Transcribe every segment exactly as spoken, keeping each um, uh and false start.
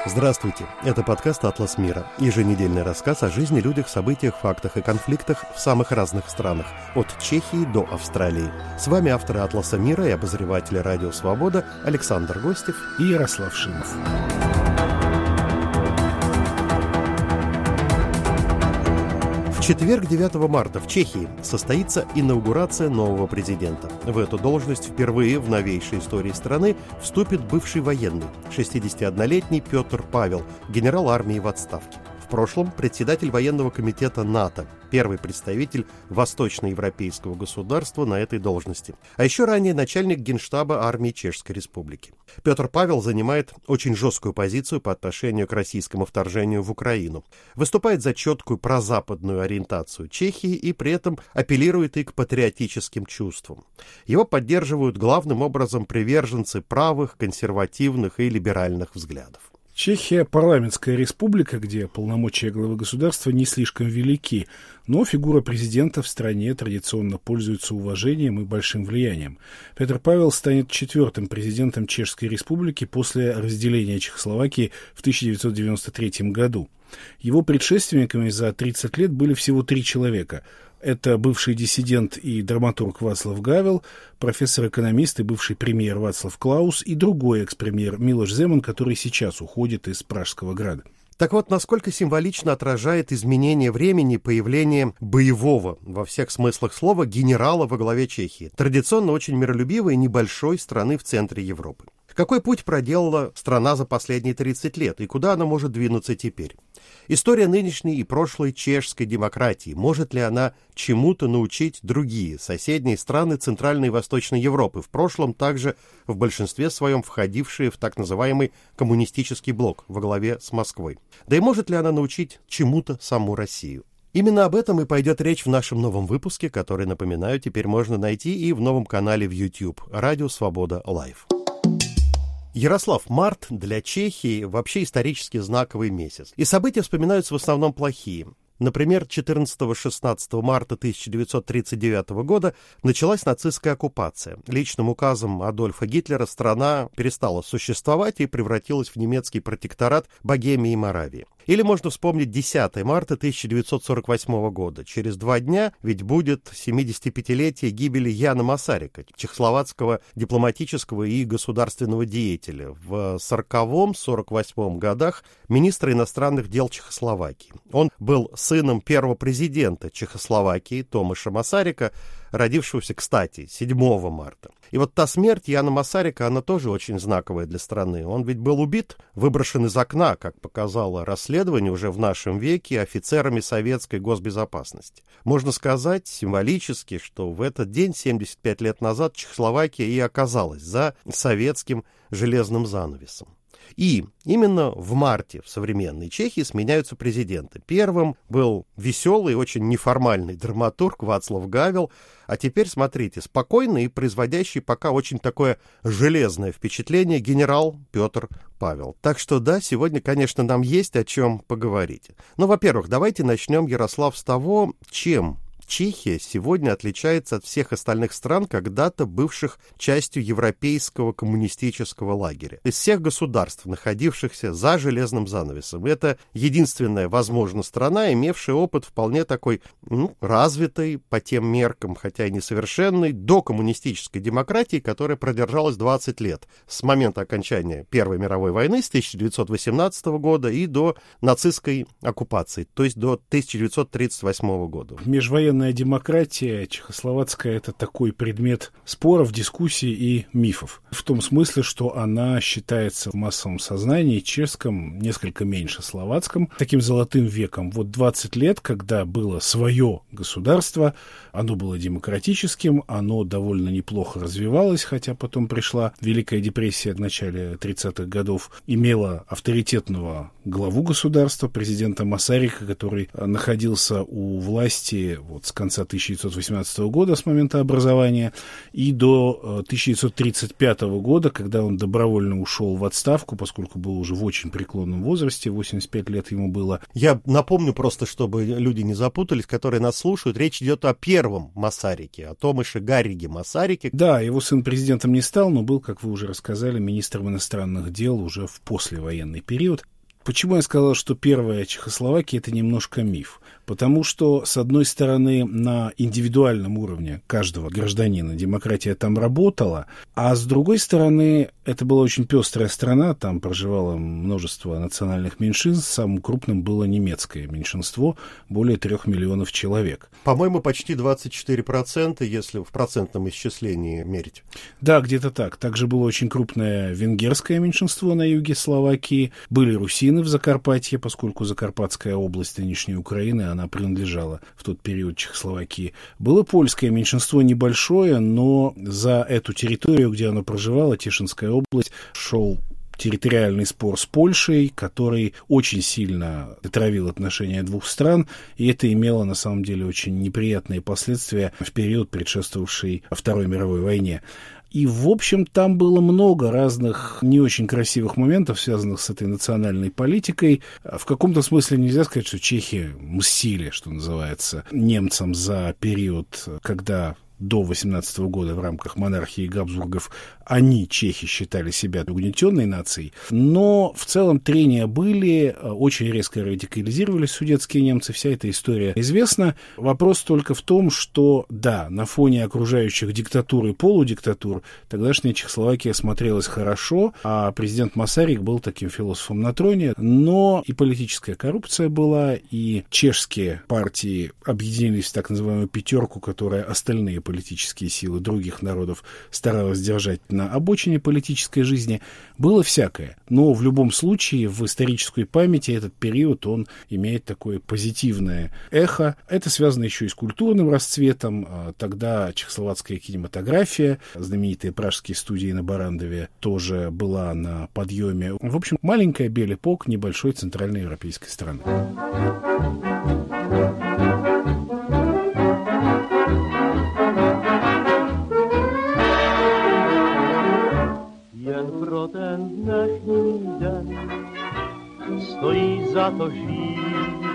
Здравствуйте, это подкаст «Атлас мира». Еженедельный рассказ о жизни, людях, событиях, фактах и конфликтах в самых разных странах, от Чехии до Австралии. С вами авторы «Атласа мира» и обозреватели «Радио Свобода» Александр Гостев и Ярослав Шимов. В четверг, девятого марта, в Чехии состоится инаугурация нового президента. В эту должность впервые в новейшей истории страны вступит бывший военный, шестидесятиоднолетний Петр Павел, генерал армии в отставке. В прошлом председатель военного комитета НАТО, первый представитель восточноевропейского государства на этой должности. А еще ранее начальник Генштаба армии Чешской Республики. Петр Павел занимает очень жесткую позицию по отношению к российскому вторжению в Украину. Выступает за четкую прозападную ориентацию Чехии и при этом апеллирует и к патриотическим чувствам. Его поддерживают главным образом приверженцы правых, консервативных и либеральных взглядов. Чехия – парламентская республика, где полномочия главы государства не слишком велики, но фигура президента в стране традиционно пользуется уважением и большим влиянием. Петр Павел станет четвертым президентом Чешской Республики после разделения Чехословакии в тысяча девятьсот девяносто третьем году. Его предшественниками за тридцать лет были всего три человека. Это бывший диссидент и драматург Вацлав Гавел, профессор-экономист и бывший премьер Вацлав Клаус и другой экс-премьер Милош Земан, который сейчас уходит из Пражского града. Так вот, насколько символично отражает изменение времени появление боевого, во всех смыслах слова, генерала во главе Чехии, традиционно очень миролюбивой небольшой страны в центре Европы. Какой путь проделала страна за последние тридцать лет и куда она может двинуться теперь? История нынешней и прошлой чешской демократии, может ли она чему-то научить другие соседние страны Центральной и Восточной Европы, в прошлом также в большинстве своем входившие в так называемый коммунистический блок во главе с Москвой? Да и может ли она научить чему-то саму Россию? Именно об этом и пойдет речь в нашем новом выпуске, который, напоминаю, теперь можно найти и в новом канале в YouTube «Радио Свобода Лайв». Ярослав, март для Чехии вообще исторически знаковый месяц. И события вспоминаются в основном плохие. Например, четырнадцатого-шестнадцатого марта тысяча девятьсот тридцать девятого года началась нацистская оккупация. Личным указом Адольфа Гитлера страна перестала существовать и превратилась в немецкий протекторат Богемии и Моравии. Или можно вспомнить десятого марта тысяча девятьсот сорок восьмого года. Через два дня ведь будет семидесятипятилетие гибели Яна Масарика, чехословацкого дипломатического и государственного деятеля. В сороковом-сорок восьмом годах министра иностранных дел Чехословакии. Он был сыном первого президента Чехословакии Томаша Масарика, родившегося, кстати, седьмого марта. И вот та смерть Яна Масарика, она тоже очень знаковая для страны. Он ведь был убит, выброшен из окна, как показало расследование уже в нашем веке, офицерами советской госбезопасности. Можно сказать символически, что в этот день, семьдесят пять лет назад, Чехословакия и оказалась за советским железным занавесом. И именно в марте в современной Чехии сменяются президенты. Первым был веселый, очень неформальный драматург Вацлав Гавел, а теперь, смотрите, спокойный и производящий пока очень такое железное впечатление генерал Петр Павел. Так что да, сегодня, конечно, нам есть о чем поговорить. Ну, во-первых, давайте начнем, Ярослав, с того, чем Чехия сегодня отличается от всех остальных стран, когда-то бывших частью европейского коммунистического лагеря. Из всех государств, находившихся за железным занавесом, это единственная, возможно, страна, имевшая опыт вполне такой ну, развитой по тем меркам, хотя и несовершенной, докоммунистической демократии, которая продержалась двадцать лет, с момента окончания Первой мировой войны с тысяча девятьсот восемнадцатого года и до нацистской оккупации, то есть до тысяча девятьсот тридцать восьмого года. Межвоенная демократия чехословацкая — это такой предмет споров, дискуссий и мифов. В том смысле, что она считается в массовом сознании чешском несколько меньше словацком, таким золотым веком. Вот двадцать лет, когда было свое государство, оно было демократическим, оно довольно неплохо развивалось, хотя потом пришла Великая депрессия в начале тридцатых годов, имело авторитетного главу государства, президента Масарика, который находился у власти вот, с конца тысяча девятьсот восемнадцатого года, с момента образования, и до тысяча девятьсот тридцать пятого года, когда он добровольно ушел в отставку, поскольку был уже в очень преклонном возрасте, восемьдесят пять лет ему было. Я напомню просто, чтобы люди не запутались, которые нас слушают, речь идет о первом Масарике, о Томаше Гарриге Масарике. Да, его сын президентом не стал, но был, как вы уже рассказали, министром иностранных дел уже в послевоенный период. Почему я сказал, что первая Чехословакия – это немножко миф? Потому что, с одной стороны, на индивидуальном уровне каждого гражданина демократия там работала, а с другой стороны, это была очень пестрая страна, там проживало множество национальных меньшинств, самым крупным было немецкое меньшинство, более трех миллионов человек. По-моему, почти двадцать четыре процента, если в процентном исчислении мерить. Да, где-то так. Также было очень крупное венгерское меньшинство на юге Словакии, были русины в Закарпатье, поскольку Закарпатская область нынешней Украины, она принадлежала в тот период Чехословакии. Было польское меньшинство небольшое, но за эту территорию, где оно проживало, Тишинская область, шел территориальный спор с Польшей, который очень сильно травил отношения двух стран, и это имело на самом деле очень неприятные последствия в период, предшествовавший Второй мировой войне. И, в общем, там было много разных не очень красивых моментов, связанных с этой национальной политикой. В каком-то смысле нельзя сказать, что чехи мстили, что называется, немцам за период, когда до восемнадцатого года в рамках монархии Габсбургов они, чехи, считали себя угнетенной нацией, но в целом трения были, очень резко радикализировались судетские немцы, вся эта история известна. Вопрос только в том, что, да, на фоне окружающих диктатур и полудиктатур тогдашняя Чехословакия смотрелась хорошо, а президент Масарик был таким философом на троне, но и политическая коррупция была, и чешские партии объединились в так называемую пятерку, которая остальные политические силы других народов старалась держать на обочине политической жизни. Было всякое. Но в любом случае в исторической памяти этот период, он имеет такое позитивное эхо. Это связано еще и с культурным расцветом. Тогда чехословацкая кинематография, знаменитые пражские студии на Барандове, тоже была на подъеме. В общем, маленькая Белепок небольшой центральноевропейской страны. Ten dnešní den stojí za to žít.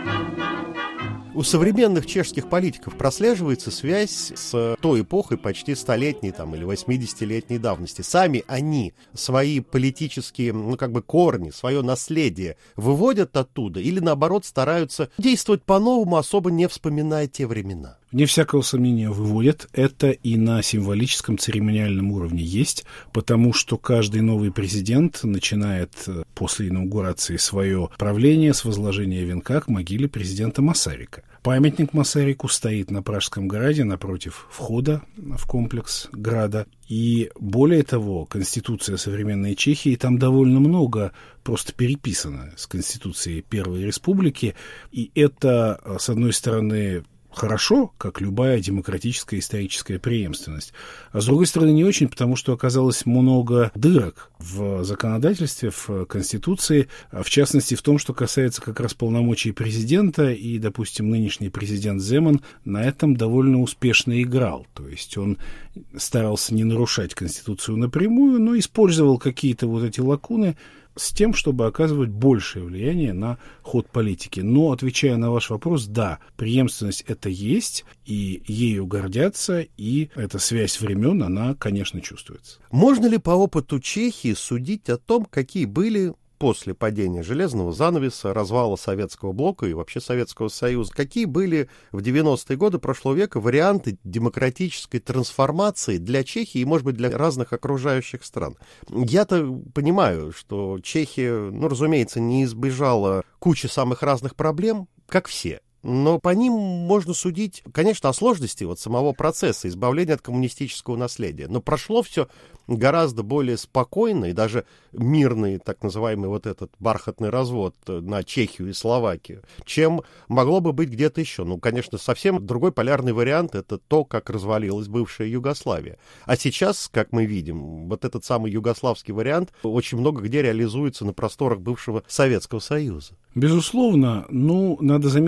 У современных чешских политиков прослеживается связь с той эпохой почти столетней там, или восьмидесятилетней давности. Сами они свои политические, ну, как бы корни, свое наследие выводят оттуда или, наоборот, стараются действовать по-новому, особо не вспоминая те времена? Вне всякого сомнения выводят. Это и на символическом церемониальном уровне есть, потому что каждый новый президент начинает после инаугурации свое правление с возложения венка к могиле президента Масарика. Памятник Масарику стоит на Пражском граде напротив входа в комплекс града. И более того, Конституция современной Чехии, там довольно много просто переписано с Конституцией Первой Республики. И это, с одной стороны, хорошо, как любая демократическая историческая преемственность. А с другой стороны, не очень, потому что оказалось много дырок в законодательстве, в Конституции, в частности, в том, что касается как раз полномочий президента, и, допустим, нынешний президент Земан на этом довольно успешно играл. То есть он старался не нарушать Конституцию напрямую, но использовал какие-то вот эти лакуны с тем, чтобы оказывать большее влияние на ход политики. Но, отвечая на ваш вопрос, да, преемственность это есть, и ею гордятся, и эта связь времен, она, конечно, чувствуется. Можно ли по опыту Чехии судить о том, какие были после падения железного занавеса, развала Советского блока и вообще Советского Союза, какие были в девяностые годы прошлого века варианты демократической трансформации для Чехии и, может быть, для разных окружающих стран? Я-то понимаю, что Чехия, ну, разумеется, не избежала кучи самых разных проблем, как все. Но по ним можно судить, конечно, о сложности вот самого процесса избавления от коммунистического наследия. Но прошло все гораздо более спокойно, и даже мирный, так называемый вот этот бархатный развод на Чехию и Словакию, чем могло бы быть где-то еще. Ну, конечно, совсем другой полярный вариант — это то, как развалилась бывшая Югославия. А сейчас, как мы видим, вот этот самый югославский вариант очень много где реализуется на просторах бывшего Советского Союза. Безусловно, ну, надо заметить, что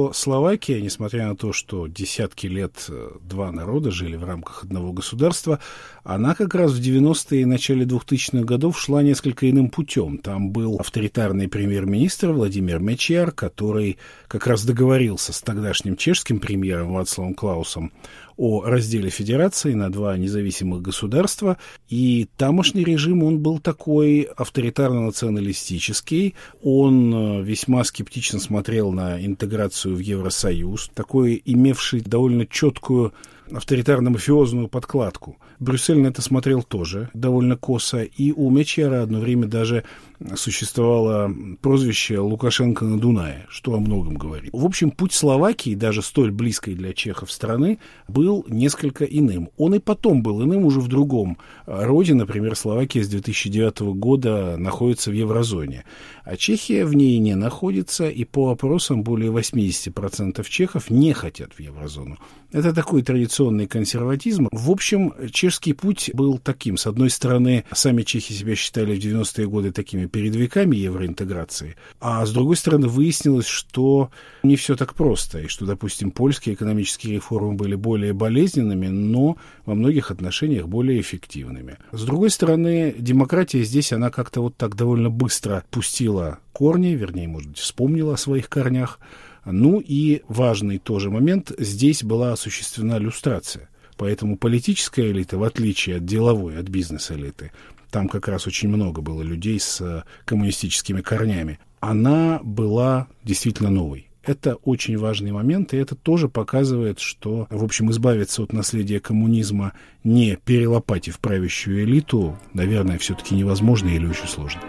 что Словакия, несмотря на то, что десятки лет два народа жили в рамках одного государства, она как раз в девяностые и начале двухтысячных годов шла несколько иным путем. Там был авторитарный премьер-министр Владимир Мечияр, который как раз договорился с тогдашним чешским премьером Вацлавом Клаусом о разделе федерации на два независимых государства, и тамошний режим, он был такой авторитарно-националистический, он весьма скептично смотрел на интеграцию в Евросоюз, такой имевший довольно четкую авторитарно-мафиозную подкладку. Брюссель на это смотрел тоже довольно косо, и у Мечияра одно время даже существовало прозвище «Лукашенко на Дунае», что о многом говорит. В общем, путь Словакии, даже столь близкой для чехов страны, был несколько иным. Он и потом был иным уже в другом роде. Например, Словакия с две тысячи девятого года находится в еврозоне, а Чехия в ней не находится, и по опросам более восемьдесят процентов чехов не хотят в еврозону. Это такой традиционный консерватизм. В общем, чешский путь был таким. С одной стороны, сами чехи себя считали в девяностые годы такими передовиками евроинтеграции, а с другой стороны, выяснилось, что не все так просто, и что, допустим, польские экономические реформы были более болезненными, но во многих отношениях более эффективными. С другой стороны, демократия здесь, она как-то вот так довольно быстро пустила корни, вернее, может быть, вспомнила о своих корнях. Ну и важный тоже момент, здесь была осуществлена люстрация. Поэтому политическая элита, в отличие от деловой, от бизнес-элиты, там как раз очень много было людей с коммунистическими корнями, она была действительно новой. Это очень важный момент, и это тоже показывает, что, в общем, избавиться от наследия коммунизма, не перелопатив правящую элиту, наверное, все-таки невозможно или очень сложно.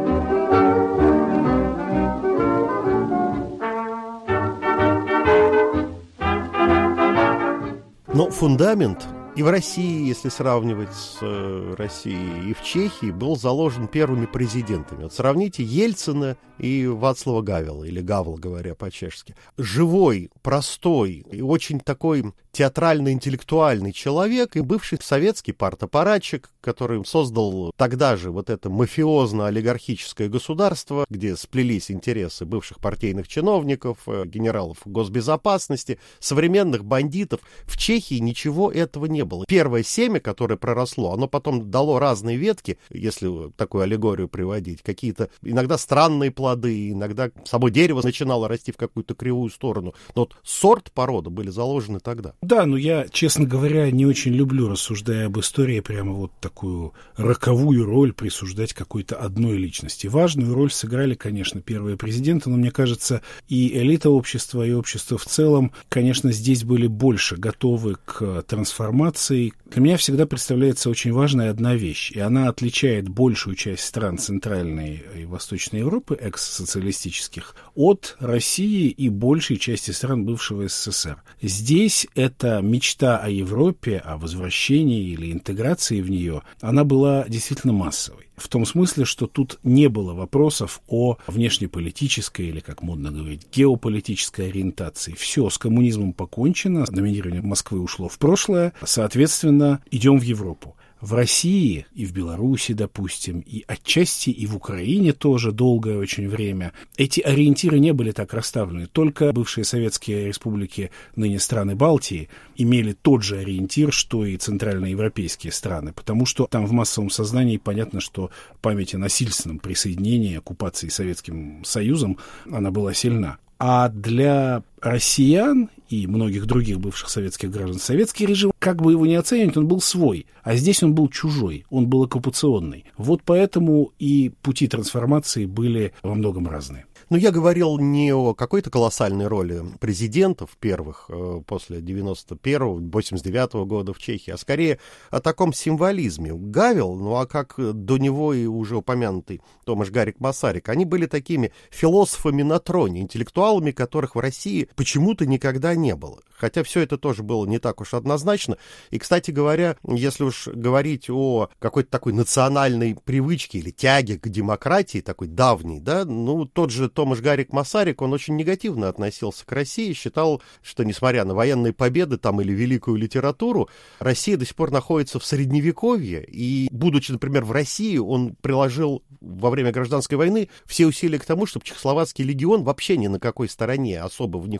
Но фундамент и в России, если сравнивать с э, Россией, и в Чехии, был заложен первыми президентами. Вот сравните Ельцина и Вацлава Гавела, или Гавла, говоря по-чешски. Живой, простой и очень такой театрально-интеллектуальный человек и бывший советский партаппаратчик, который создал тогда же вот это мафиозно-олигархическое государство, где сплелись интересы бывших партийных чиновников, генералов госбезопасности, современных бандитов. В Чехии ничего этого не было. Первое семя, которое проросло, оно потом дало разные ветки, если такую аллегорию приводить, какие-то иногда странные плоды, иногда само дерево начинало расти в какую-то кривую сторону. Но вот сорт, порода были заложены тогда. Да, но я, честно говоря, не очень люблю, рассуждая об истории, прямо вот такую роковую роль присуждать какой-то одной личности. Важную роль сыграли, конечно, первые президенты, но мне кажется, и элита общества, и общество в целом, конечно, здесь были больше готовы к трансформации. Для меня всегда представляется очень важная одна вещь, и она отличает большую часть стран Центральной и Восточной Европы, экс-социалистических, от России и большей части стран бывшего СССР. Здесь эта мечта о Европе, о возвращении или интеграции в нее, она была действительно массовой. В том смысле, что тут не было вопросов о внешнеполитической или, как модно говорить, геополитической ориентации. Все, с коммунизмом покончено, доминирование Москвы ушло в прошлое, соответственно, идем в Европу. В России и в Беларуси, допустим, и отчасти и в Украине тоже долгое очень время эти ориентиры не были так расставлены. Только бывшие советские республики, ныне страны Балтии, имели тот же ориентир, что и центральноевропейские страны, потому что там в массовом сознании понятно, что память о насильственном присоединении, оккупации Советским Союзом, она была сильна. А для россиян и многих других бывших советских граждан советский режим, как бы его ни оценивать, он был свой, а здесь он был чужой, он был оккупационный. Вот поэтому и пути трансформации были во многом разные. Но я говорил не о какой-то колоссальной роли президентов первых после девяносто первого, восемьдесят девятого года в Чехии, а скорее о таком символизме. Гавел, ну а как до него и уже упомянутый Томаш Гарик Масарик, они были такими философами на троне, интеллектуалами, которых в России почему-то никогда не было. Хотя все это тоже было не так уж однозначно. И, кстати говоря, если уж говорить о какой-то такой национальной привычке или тяге к демократии, такой давней, да, ну, тот же Томаш Гарик Масарик, он очень негативно относился к России, считал, что, несмотря на военные победы там или великую литературу, Россия до сих пор находится в Средневековье, и, будучи, например, в России, он приложил во время гражданской войны все усилия к тому, чтобы Чехословацкий легион вообще ни на какой стороне особо в них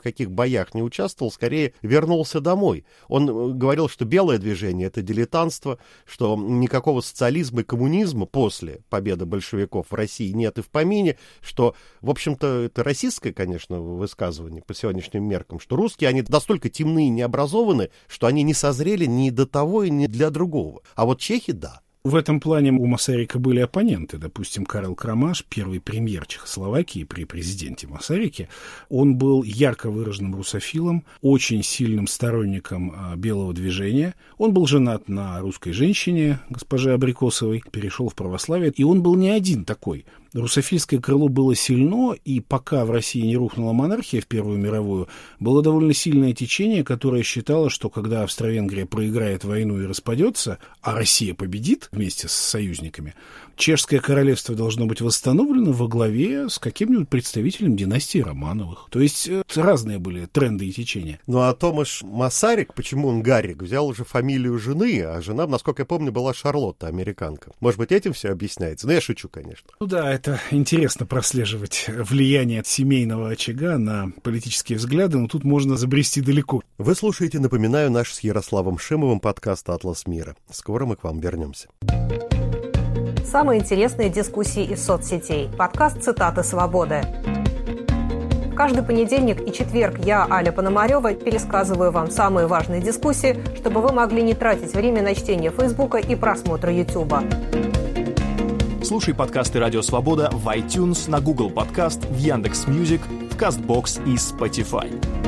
каких боях не участвовал, скорее вернулся домой. Он говорил, что белое движение — это дилетантство, что никакого социализма и коммунизма после победы большевиков в России нет и в помине, что, в общем-то, это расистское, конечно, высказывание по сегодняшним меркам, что русские, они настолько темны и необразованы, что они не созрели ни до того и ни для другого. А вот чехи — да. В этом плане у Масарика были оппоненты. Допустим, Карл Крамаш, первый премьер Чехословакии при президенте Масарике, он был ярко выраженным русофилом, очень сильным сторонником а, белого движения. Он был женат на русской женщине, госпоже Абрикосовой, перешел в православие, и он был не один такой. Русофильское крыло было сильно, и пока в России не рухнула монархия в Первую мировую, было довольно сильное течение, которое считало, что когда Австро-Венгрия проиграет войну и распадется, а Россия победит вместе с союзниками, Чешское королевство должно быть восстановлено во главе с каким-нибудь представителем династии Романовых. То есть разные были тренды и течения. Ну а Томаш Масарик, почему он Гаррик, взял уже фамилию жены, а жена, насколько я помню, была Шарлотта, американка. Может быть, этим все объясняется? Ну, я шучу, конечно. Ну да, это интересно прослеживать влияние семейного очага на политические взгляды, но тут можно забрести далеко. Вы слушаете, напоминаю, наш с Ярославом Шимовым подкаст «Атлас мира». Скоро мы к вам вернемся. Самые интересные дискуссии из соцсетей. Подкаст «Цитаты свободы». Каждый понедельник и четверг я, Аля Пономарева, пересказываю вам самые важные дискуссии, чтобы вы могли не тратить время на чтение Фейсбука и просмотр Ютуба. Слушай подкасты «Радио Свобода» в iTunes, на Google Подкаст, в Яндекс.Мьюзик, в Кастбокс и Spotify.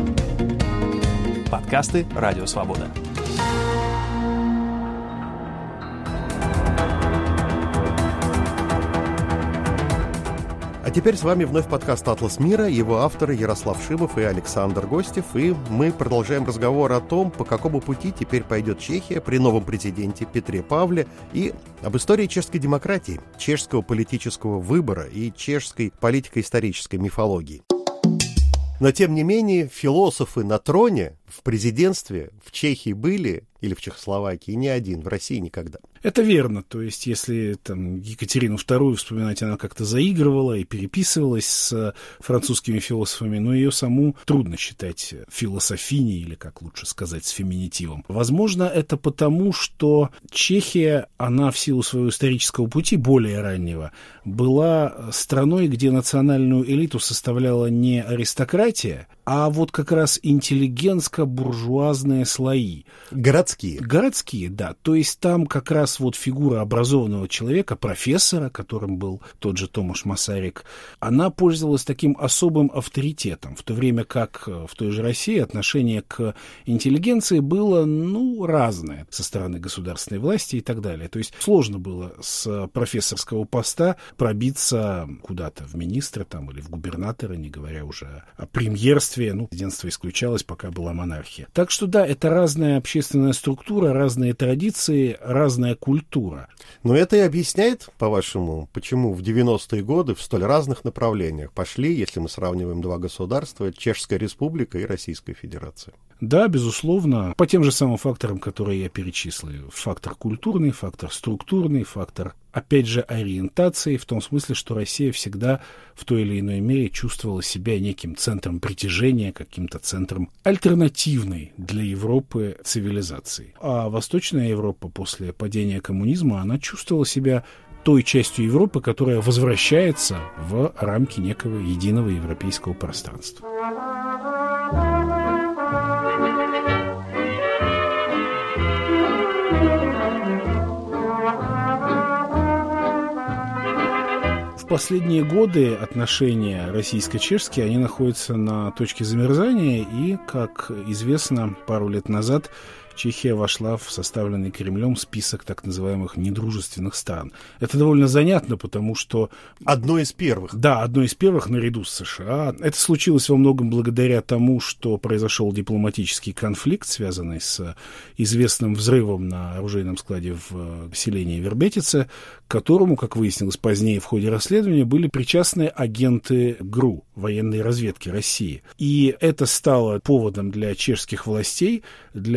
Подкасты «Радио Свобода». А теперь с вами вновь подкаст «Атлас мира», его авторы Ярослав Шимов и Александр Гостев, и мы продолжаем разговор о том, по какому пути теперь пойдет Чехия при новом президенте Петре Павле, и об истории чешской демократии, чешского политического выбора и чешской политико-исторической мифологии. Но, тем не менее, философы на троне в президентстве в Чехии были, или в Чехословакии, не один, в России никогда. Это верно. То есть, если там Екатерину вторую вспоминать, она как-то заигрывала и переписывалась с французскими философами, но ее саму трудно считать философиней, или, как лучше сказать, с феминитивом. Возможно, это потому, что Чехия, она в силу своего исторического пути, более раннего, была страной, где национальную элиту составляла не аристократия, а вот как раз интеллигентско-буржуазные слои. Городские. Городские, да. То есть там как раз вот фигура образованного человека, профессора, которым был тот же Томаш Масарик, она пользовалась таким особым авторитетом, в то время как в той же России отношение к интеллигенции было, ну, разное со стороны государственной власти и так далее. То есть сложно было с профессорского поста пробиться куда-то в министры там, или в губернаторы, не говоря уже о премьерстве. Ну, президентство исключалось, пока была монархия. Так что да, это разная общественная структура, разные традиции, разная культура. Но это и объясняет, по-вашему, почему в девяностые годы в столь разных направлениях пошли, если мы сравниваем два государства, Чешская Республика и Российская Федерация. Да, безусловно, по тем же самым факторам, которые я перечислил. Фактор культурный, фактор структурный, фактор, опять же, ориентации, в том смысле, что Россия всегда в той или иной мере чувствовала себя неким центром притяжения, каким-то центром альтернативной для Европы цивилизации. А Восточная Европа после падения коммунизма, она чувствовала себя той частью Европы, которая возвращается в рамки некого единого европейского пространства. В последние годы отношения российско-чешские, они находятся на точке замерзания, и, как известно, пару лет назад Чехия вошла в составленный Кремлем список так называемых недружественных стран. Это довольно занятно, потому что... Одно из первых. Да, одно из первых наряду с США. Это случилось во многом благодаря тому, что произошел дипломатический конфликт, связанный с известным взрывом на оружейном складе в селении Вербетице, к которому, как выяснилось позднее в ходе расследования, были причастны агенты ГРУ, военной разведки России. И это стало поводом для чешских властей для резкого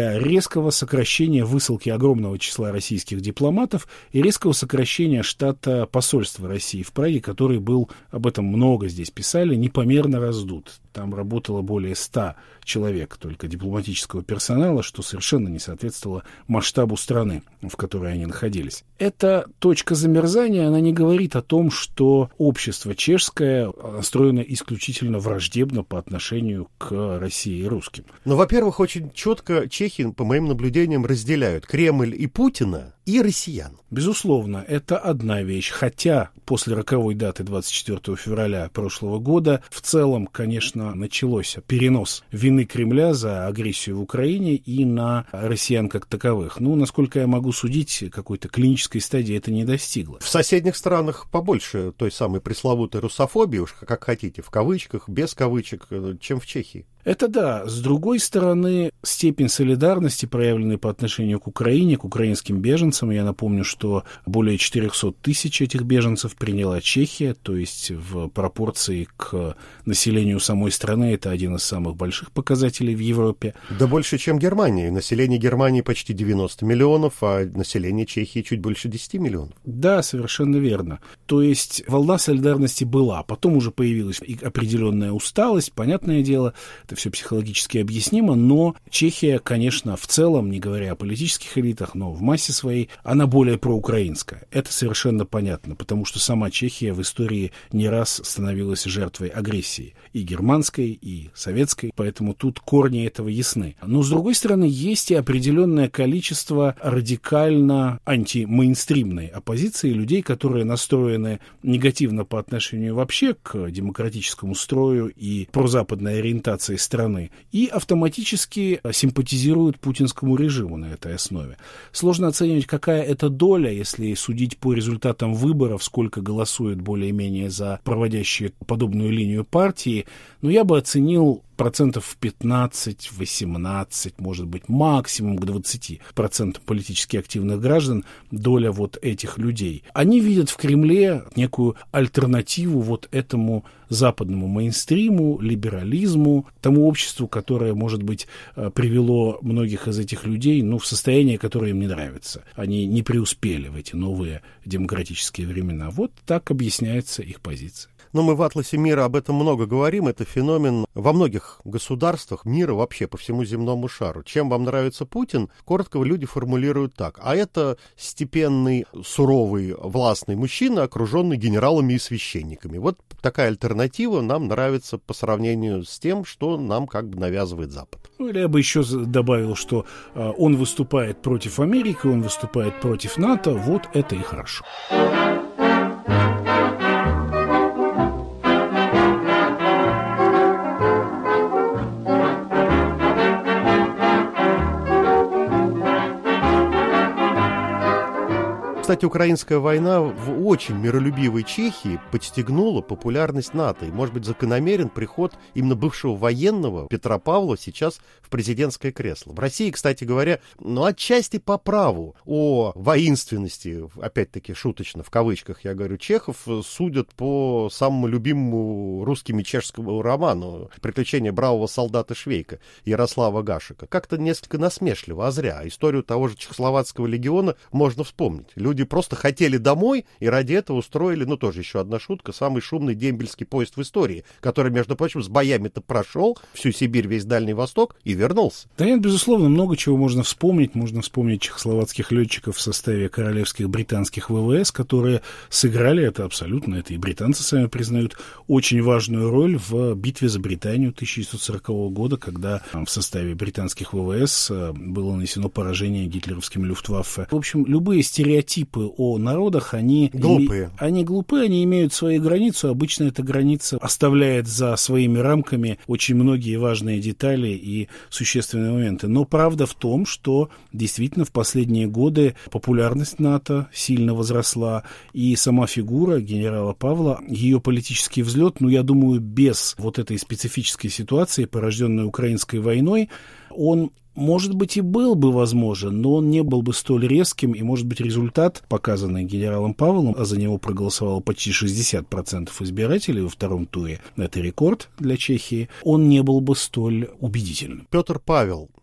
резкого сокращения высылки огромного числа российских дипломатов и резкого сокращения штата посольства России в Праге, который был, об этом много здесь писали, непомерно раздут. Там работало более ста человек только дипломатического персонала, что совершенно не соответствовало масштабу страны, в которой они находились. Эта точка замерзания, она не говорит о том, что общество чешское настроено исключительно враждебно по отношению к России и русским. Но, во-первых, очень четко чехи, по моим наблюдениям, разделяют Кремль и Путина, и россиян. Безусловно, это одна вещь. Хотя после роковой даты двадцать четвёртого февраля прошлого года в целом, конечно, начался перенос вины Кремля за агрессию в Украине и на россиян как таковых. Ну, насколько я могу судить, какой-то клинической стадии это не достигло. В соседних странах побольше той самой пресловутой русофобии, уж как хотите, в кавычках, без кавычек, чем в Чехии. Это да. С другой стороны, степень солидарности, проявленной по отношению к Украине, к украинским беженцам, я напомню, что более четыреста тысяч этих беженцев приняла Чехия, то есть в пропорции к населению самой страны это один из самых больших показателей в Европе. Да больше, чем Германия. Население Германии почти девяносто миллионов, а население Чехии чуть больше десяти миллионов. Да, совершенно верно. То есть волна солидарности была, потом уже появилась и определенная усталость, понятное дело, это все психологически объяснимо, но Чехия, конечно, в целом, не говоря о политических элитах, но в массе своей, она более проукраинская. Это совершенно понятно, потому что сама Чехия в истории не раз становилась жертвой агрессии и германской, и советской, поэтому тут корни этого ясны. Но, с другой стороны, есть и определенное количество радикально антимейнстримной оппозиции, людей, которые настроены негативно по отношению вообще к демократическому строю и прозападной ориентации страны, и автоматически симпатизируют путинскому режиму на этой основе. Сложно оценивать, какая это доля, если судить по результатам выборов, сколько голосует более-менее за проводящие подобную линию партии, но я бы оценил процентов пятнадцать-восемнадцать, может быть, максимум к двадцати процентам политически активных граждан доля вот этих людей. Они видят в Кремле некую альтернативу вот этому западному мейнстриму, либерализму, тому обществу, которое, может быть, привело многих из этих людей, ну, в состояние, которое им не нравится. Они не преуспели в эти новые демократические времена. Вот так объясняется их позиция. Но мы в «Атласе мира» об этом много говорим. Это феномен во многих государствах мира, вообще по всему земному шару. Чем вам нравится Путин, коротко люди формулируют так. А это степенный, суровый, властный мужчина, окруженный генералами и священниками. Вот такая альтернатива нам нравится по сравнению с тем, что нам как бы навязывает Запад. Ну, или я бы еще добавил, что э, он выступает против Америки, он выступает против НАТО. Вот это и хорошо. Кстати, украинская война в очень миролюбивой Чехии подстегнула популярность НАТО. И, может быть, закономерен приход именно бывшего военного Петра Павла сейчас в президентское кресло. В России, кстати говоря, ну, отчасти по праву о воинственности, опять-таки шуточно, в кавычках я говорю, чехов судят по самому любимому русскими чешскому роману «Приключения бравого солдата Швейка» Ярослава Гашека. Как-то несколько насмешливо, а зря. Историю того же Чехословацкого легиона можно вспомнить. Люди просто хотели домой, и ради этого устроили, ну, тоже еще одна шутка, самый шумный дембельский поезд в истории, который, между прочим, с боями-то прошел всю Сибирь, весь Дальний Восток и вернулся. Да нет, безусловно, много чего можно вспомнить. Можно вспомнить чехословацких летчиков в составе королевских британских ВВС, которые сыграли, это абсолютно, это и британцы сами признают, очень важную роль в битве за Британию тысяча девятьсот сорокового года, когда в составе британских ВВС было нанесено поражение гитлеровским Люфтваффе. В общем, любые стереотипы о народах, они глупые. Име... Они глупые, они имеют свою границу. Обычно эта граница оставляет за своими рамками очень многие важные детали и существенные моменты. Но правда в том, что действительно в последние годы популярность НАТО сильно возросла, и сама фигура генерала Павла, ее политический взлет, ну, я думаю, без вот этой специфической ситуации, порожденной украинской войной, он, может быть, и был бы возможен, но он не был бы столь резким, и, может быть, результат, показанный генералом Павлом, а за него проголосовало почти шестьдесят процентов избирателей во втором туре, это рекорд для Чехии, он не был бы столь убедительным. Петр Павел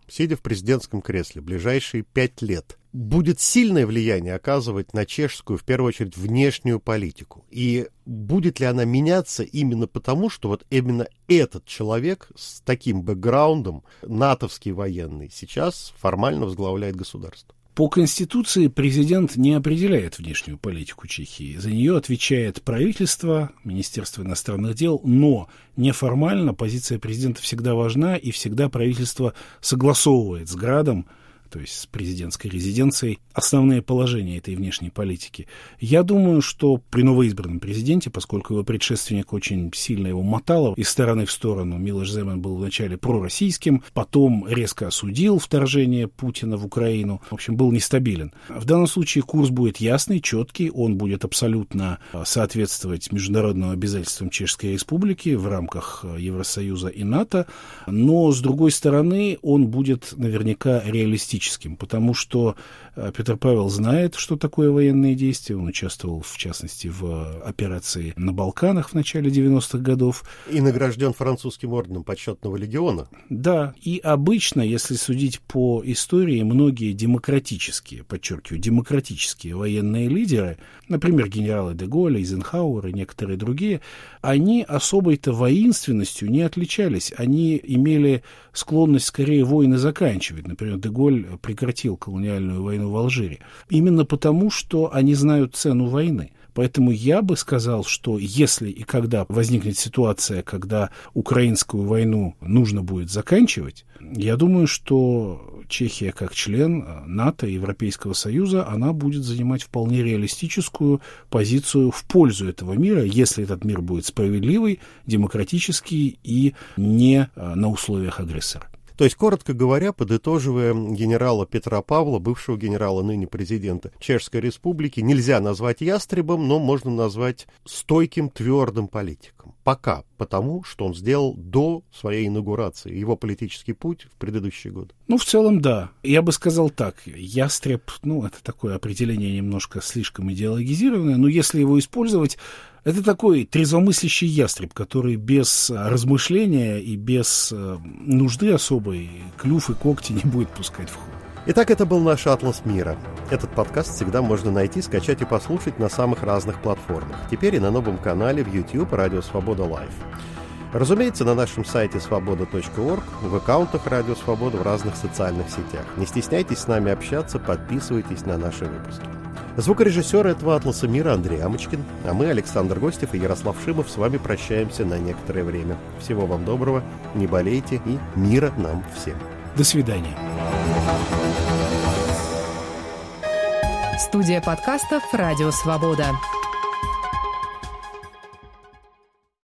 сидя в президентском кресле ближайшие пять лет, будет сильное влияние оказывать на чешскую, в первую очередь, внешнюю политику? И будет ли она меняться именно потому, что вот именно этот человек с таким бэкграундом, натовский военный, сейчас формально возглавляет государство? По Конституции президент не определяет внешнюю политику Чехии. За нее отвечает правительство, Министерство иностранных дел, но неформально позиция президента всегда важна, и всегда правительство согласовывает с Градом, то есть с президентской резиденцией, основные положения этой внешней политики. Я думаю, что при новоизбранном президенте, поскольку его предшественник очень сильно его мотало из стороны в сторону, Милош Земан был вначале пророссийским, потом резко осудил вторжение Путина в Украину, в общем, был нестабилен. В данном случае курс будет ясный, четкий, он будет абсолютно соответствовать международным обязательствам Чешской Республики в рамках Евросоюза и НАТО, но, с другой стороны, он будет наверняка реалистичным, потому что Петр Павел знает, что такое военные действия. Он участвовал, в частности, в операции на Балканах в начале девяностых годов. И награжден французским орденом почетного легиона. Да, и обычно, если судить по истории, многие демократические, подчеркиваю, демократические военные лидеры, например, генералы де Голль, Эйзенхауэр и некоторые другие, они особой-то воинственностью не отличались. Они имели склонность скорее войны заканчивать. Например, де Голль прекратил колониальную войну в Алжире. Именно потому, что они знают цену войны. Поэтому я бы сказал, что если и когда возникнет ситуация, когда украинскую войну нужно будет заканчивать, я думаю, что Чехия как член НАТО и Европейского Союза, она будет занимать вполне реалистическую позицию в пользу этого мира, если этот мир будет справедливый, демократический и не на условиях агрессора. То есть, коротко говоря, подытоживая генерала Петра Павла, бывшего генерала, ныне президента Чешской Республики, нельзя назвать ястребом, но можно назвать стойким, твердым политиком. Пока, потому что он сделал до своей инаугурации, его политический путь в предыдущие годы. Ну, в целом, да. Я бы сказал так, ястреб, ну, это такое определение немножко слишком идеологизированное, но если его использовать, это такой трезвомыслящий ястреб, который без размышления и без нужды особой клюв и когти не будет пускать в ход. Итак, это был наш «Атлас мира». Этот подкаст всегда можно найти, скачать и послушать на самых разных платформах. Теперь и на новом канале в YouTube «Радио Свобода Лайв». Разумеется, на нашем сайте свобода точка орг, в аккаунтах «Радио Свобода» в разных социальных сетях. Не стесняйтесь с нами общаться, подписывайтесь на наши выпуски. Звукорежиссер этого «Атласа мира» Андрей Амочкин, а мы, Александр Гостев и Ярослав Шимов, с вами прощаемся на некоторое время. Всего вам доброго, не болейте и мира нам всем. До свидания. Студия подкастов «Радио Свобода».